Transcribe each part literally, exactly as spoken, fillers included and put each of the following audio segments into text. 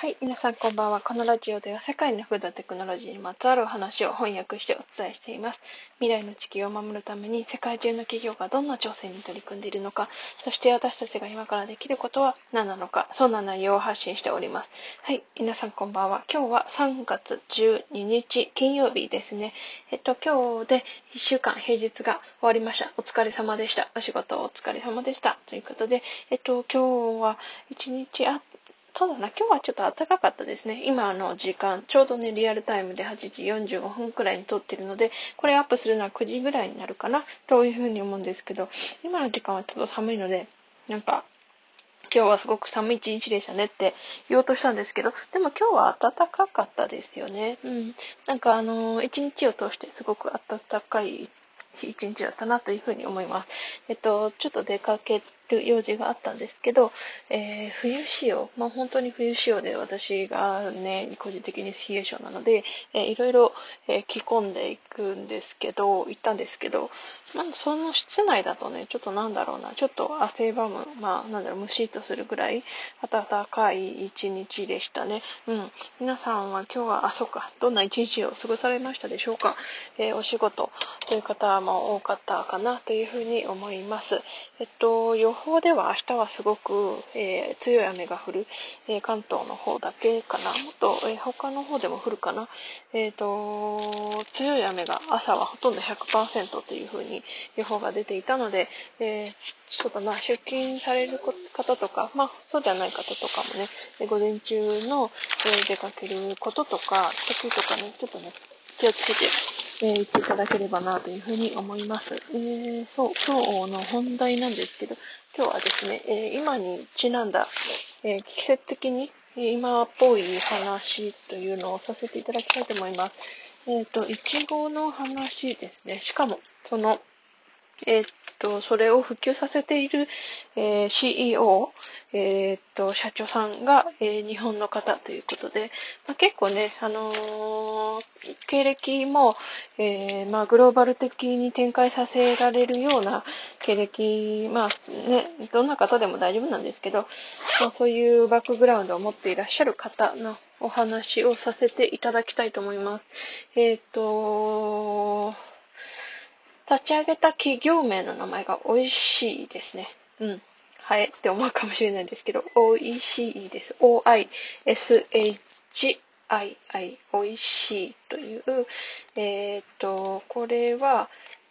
はい、皆さんこんばんは。このラジオでは世界のフードテクノロジーにまつわるお話を翻訳してお伝えしています。未来の地球を守るために世界中の企業がどんな挑戦に取り組んでいるのか、そして私たちが今からできることは何なのか、そんな内容を発信しております。はい、皆さんこんばんは。今日はさんがつじゅうににち金曜日ですね。えっと、今日でいっしゅうかん平日が終わりました。お疲れ様でした。お仕事お疲れ様でした。ということで、えっと、今日はいちにちあってそうだな、今日はちょっと暖かかったですね。今の時間、ちょうどね、リアルタイムではちじよんじゅうごふんくらいに撮ってるので、これアップするのはくじぐらいになるかな、というふうに思うんですけど、今の時間はちょっと寒いので、なんか、今日はすごく寒い一日でしたねって言おうとしたんですけど、でも今日は暖かかったですよね。うん。なんかあのー、一日を通してすごく暖かい一日だったなというふうに思います。えっと、ちょっと出かける用事があったんですけど、えー、冬仕様、まあ本当に冬仕様で私がね、個人的に冷え性なので、えー、いろいろ、えー、着込んでいくんですけど、行ったんですけど、まあその室内だとね、ちょっとなんだろうな、ちょっと汗ばむ、まあなんだろう、ムシッとするぐらい暖かい一日でしたね。うん。皆さんは今日は、あ、そうか、どんな一日を過ごされましたでしょうか。えー、お仕事という方も多かったかなというふうに思います。えっと、予報では明日はすごく、えー、強い雨が降る、えー、関東の方だけかな。もっと、えー、他の方でも降るかな。えっと、強い雨が朝はほとんどひゃくパーセントというふうに予報が出ていたので、えー、そうだな、出勤される方とか、まあ、そうじゃない方とかもね、午前中の、えー、出かけることとか、時とかね、ちょっとね、気をつけて、えー、言っていただければなというふうに思います。えー、そう、今日の本題なんですけど、今日はですね、えー、今にちなんだ、えー、季節的に今っぽい話というのをさせていただきたいと思います。えっと、いちごの話ですね。しかも、その、えーっと、それを普及させている、えー シーイーオー、えーっと、社長さんが、えー日本の方ということで、まあ、結構ね、あのー経歴も、えーまあ、グローバル的に展開させられるような経歴、まあね、どんな方でも大丈夫なんですけど、まあ、そういうバックグラウンドを持っていらっしゃる方のお話をさせていただきたいと思います。えーっと、立ち上げた企業名の名前が美味しいですね。うん。はいって思うかもしれないんですけど、美味しいです。オーアイエスエイチアイアイ、美味しいという、えーっと、これは、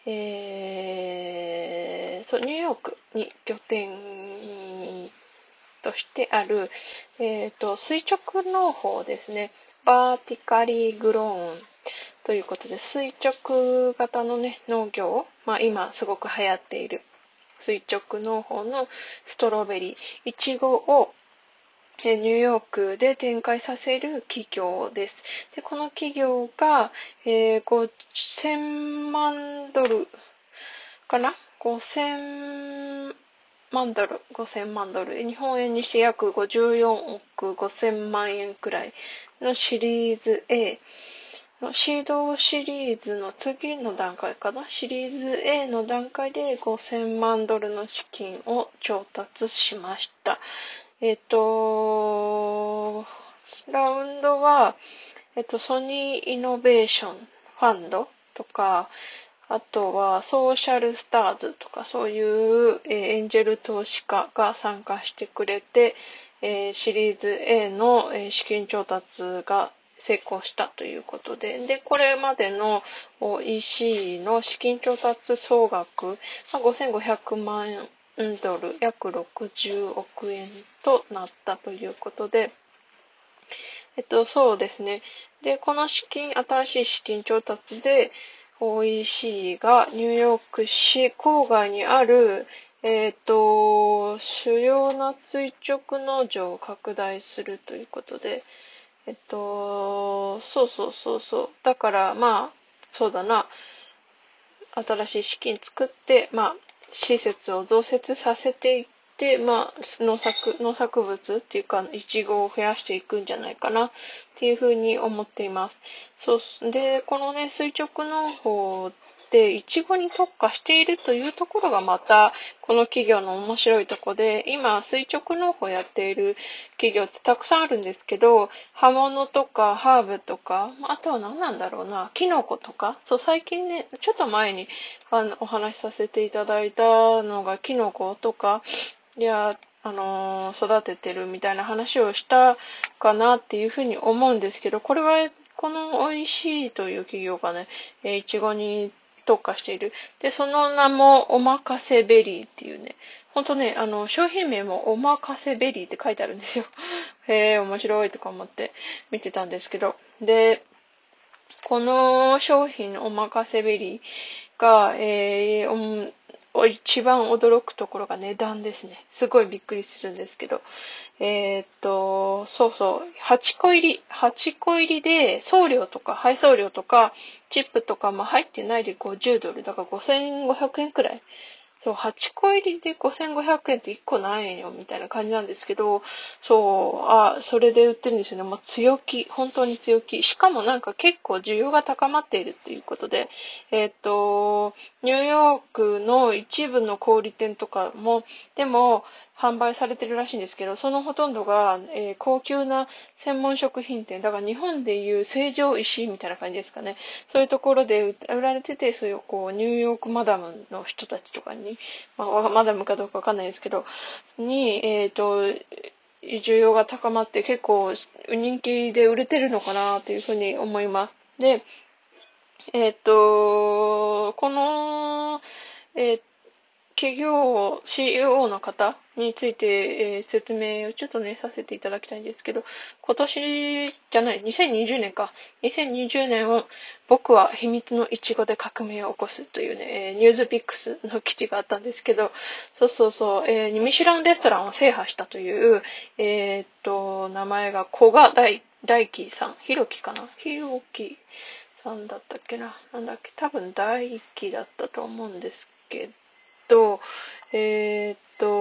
えー、そう、ニューヨークに拠点としてある、えーっと、垂直農法ですね。バーティカリーグローンということで、垂直型のね、農業、まあ今すごく流行っている垂直農法のストロベリー、イチゴをニューヨークで展開させる企業です。で、この企業が、えー、ごせんまんドルかな ?ごせんまんドル、ごせんまんドル。日本円にして約ごじゅうよんおくごせんまん円くらいのシリーズ A。シードシリーズの次の段階かな。シリーズ A の段階でごせんまんドルの資金を調達しました。えっと、ラウンドは、えっと、ソニーイノベーションファンドとか、あとはソーシャルスターズとかそういう、えーエンジェル投資家が参加してくれて、えーシリーズ A の、えー資金調達が成功したということで、で、これまでの イーシー の資金調達総額、まあ、ごせんごひゃくまんドル、約ろくじゅうおくえんとなったということで、えっと、そうですね。で、この資金、新しい資金調達で、オーイーシー がニューヨーク市郊外にある、えっと、主要な垂直農場を拡大するということで、えっと、そうそうそうそう。だから、まあ、そうだな。新しい資金作って、まあ、施設を増設させていって、まあ、農作、農作物っていうか、イチゴを増やしていくんじゃないかなっていうふうに思っています。そう、で、このね、垂直農法てイチゴに特化しているというところがまたこの企業の面白いところで、今垂直農法やっている企業ってたくさんあるんですけど、葉物とかハーブとか、あとは何なんだろうな、キノコとか、そう最近ね、ちょっと前にあのお話しさせていただいたのがキノコとか、いや、あのー育ててるみたいな話をしたかなっていうふうに思うんですけど、これはこの美味しいという企業がね、えーいちごに特化している。で、その名もおまかせベリーっていうね、ほんとね、あの、商品名もおまかせベリーって書いてあるんですよ。へえ、面白いとか思って見てたんですけど。で、この商品おまかせベリーが、えー、一番驚くところが値段ですね。すごいびっくりするんですけど。えーっと、そうそう、はちこ入り、はちこ入りで送料とか配送料とかチップとかも入ってないでごじゅうドル、だからごせんごひゃくえんくらい。そう、はちこ入りでごせんごひゃくえんっていっこないよみたいな感じなんですけど、そう、あ、それで売ってるんですよね。もう強気、本当に強気。しかもなんか結構需要が高まっているっていうことで、えーっと、ニューヨークの一部の小売店とかも、でも販売されてるらしいんですけど、そのほとんどが、えー高級な専門食品店、だから日本でいう成城石井みたいな感じですかね。そういうところで売られてて、そういうこうニューヨークマダムの人たちとかに、まあ、マダムかどうかわかんないですけど、に、えっと、需要が高まって結構人気で売れてるのかなというふうに思います。で、えっと、この、えー企業 シーイーオー の方について、えー説明をちょっとね、させていただきたいんですけど、今年じゃない、にせんにじゅうねんか。にせんにじゅうねんを僕は秘密のイチゴで革命を起こすというね、ニュースピックスの記事があったんですけど、そうそうそう、えーミシュランレストランを制覇したという、えーっと、名前が古賀大大輝さん、ひろきかなひろきさんだったっけななんだっけ多分大輝だったと思うんですけど、と、えーっ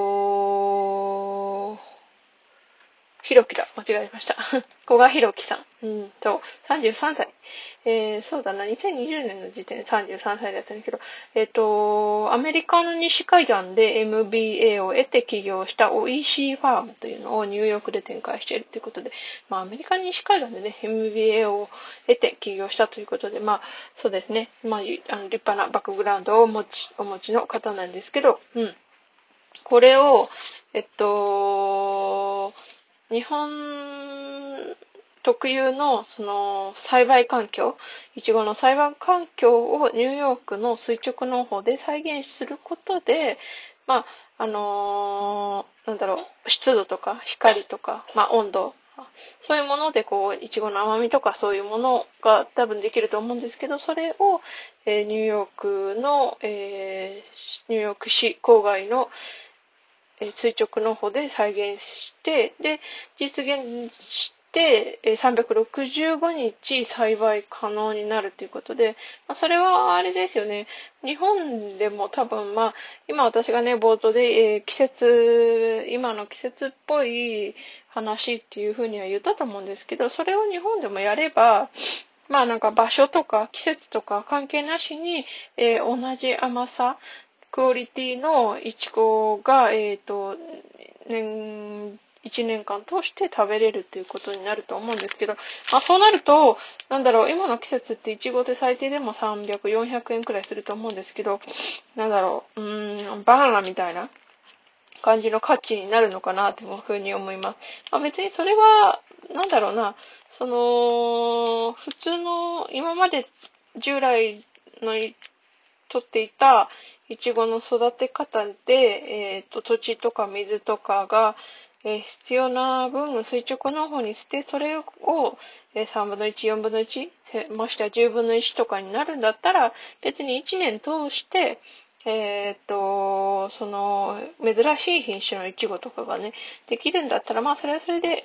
と、ひろきだ。間違えました。古賀ひろきさん。うんと、さんじゅうさんさい。えー、そうだな、にせんにじゅうねんの時点でさんじゅうさんさいだったんだけど、えーっと、アメリカの西海岸で エムビーエー を得て起業したオイシーファームというのをニューヨークで展開しているということで、まあアメリカの西海岸でね、エムビーエー を得て起業したということで、まあそうですね、まあ、あの立派なバックグラウンドをお持ち、お持ちの方なんですけど、うん。これを、えっと、日本特有のその栽培環境、いちごの栽培環境をニューヨークの垂直農法で再現することで、まあ、あのーなんだろう、湿度とか光とか、まあ、温度、そういうものでこう、いちごの甘みとかそういうものが多分できると思うんですけど、それを、えーニューヨークの、えーニューヨーク市郊外のえ垂直農法で再現して、で、実現して、えさんびゃくろくじゅうごにち栽培可能になるということで、まあ、それはあれですよね。日本でも多分、まあ、今私がね、冒頭で、えー季節、今の季節っぽい話っていうふうには言ったと思うんですけど、それを日本でもやれば、まあなんか場所とか季節とか関係なしに、えー同じ甘さ、クオリティのイチゴが、えっと、年、一年間通して食べれるっていうことになると思うんですけど、まあそうなると、なんだろう、今の季節ってイチゴで最低でもさんびゃく、よんひゃくえんくらいすると思うんですけど、なんだろう、うーん、バナナみたいな感じの価値になるのかなというふうに思います。まあ別にそれは、なんだろうな、その、普通の、今まで従来の取っていたイチゴの育て方で、えーと、土地とか水とかが、えー必要な分垂直農法にして、それを、えーさんぶんのいち、よんぶんのいち、ましてはじゅうぶんのいちとかになるんだったら、別にいちねん通して、えっと、その、珍しい品種のイチゴとかがね、できるんだったら、まあ、それはそれで、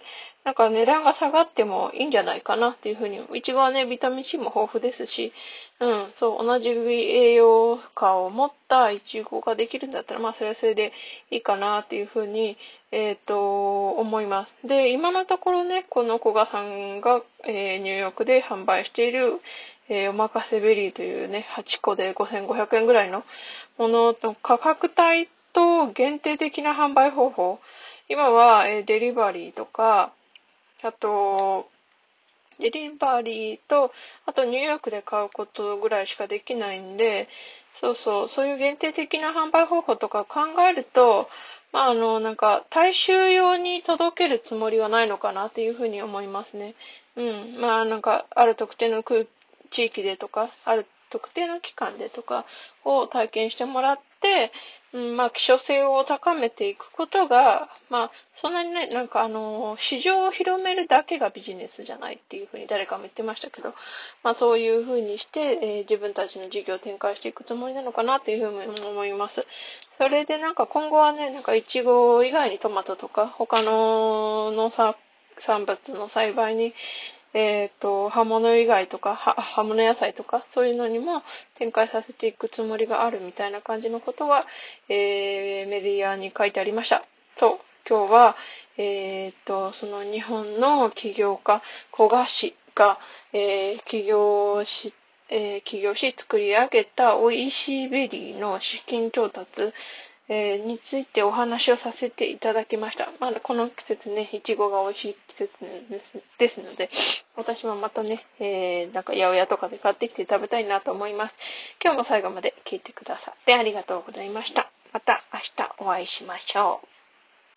なんか値段が下がってもいいんじゃないかなっていうふうに、いちごはね、ビタミン C も豊富ですし、うん、そう、同じ栄養価を持ったいちごができるんだったら、まあ、それはそれでいいかなっていうふうに、えっと、思います。で、今のところね、この古賀さんが、えーニューヨークで販売している、えーおまかせベリーというね、はちこでごせんごひゃくえんぐらいのものの価格帯と限定的な販売方法、今は、えーデリバリーとか、あと、デリバリーと、あとニューヨークで買うことぐらいしかできないんで、そうそう、そういう限定的な販売方法とか考えると、まあ、あの、なんか、大衆用に届けるつもりはないのかなっていうふうに思いますね。うん。まあ、なんか、ある特定の区地域でとか、ある特定の期間でとかを体験してもらって、うん、まあ、希少性を高めていくことが、まあ、そんなにね、なんかあの、市場を広めるだけがビジネスじゃないっていうふうに誰かも言ってましたけど、まあ、そういうふうにして、えー自分たちの事業を展開していくつもりなのかなっていうふうに思います。それでなんか今後はね、なんかイチゴ以外にトマトとか、他の農産産物の栽培にえっと、葉物以外とか、は葉物野菜とか、そういうのにも展開させていくつもりがあるみたいな感じのことが、えー、メディアに書いてありました。そう、今日は、えっと、その日本の起業家、古賀氏が、えー、起業し、えー起業し作り上げた美味しいベリーの資金調達、えーについてお話をさせていただきました。まだこの季節ね、いちごが美味しい季節ですですので、私もまたね、えー、なんか八百屋とかで買ってきて食べたいなと思います。今日も最後まで聞いてくださってありがとうございました。また明日お会いしましょう。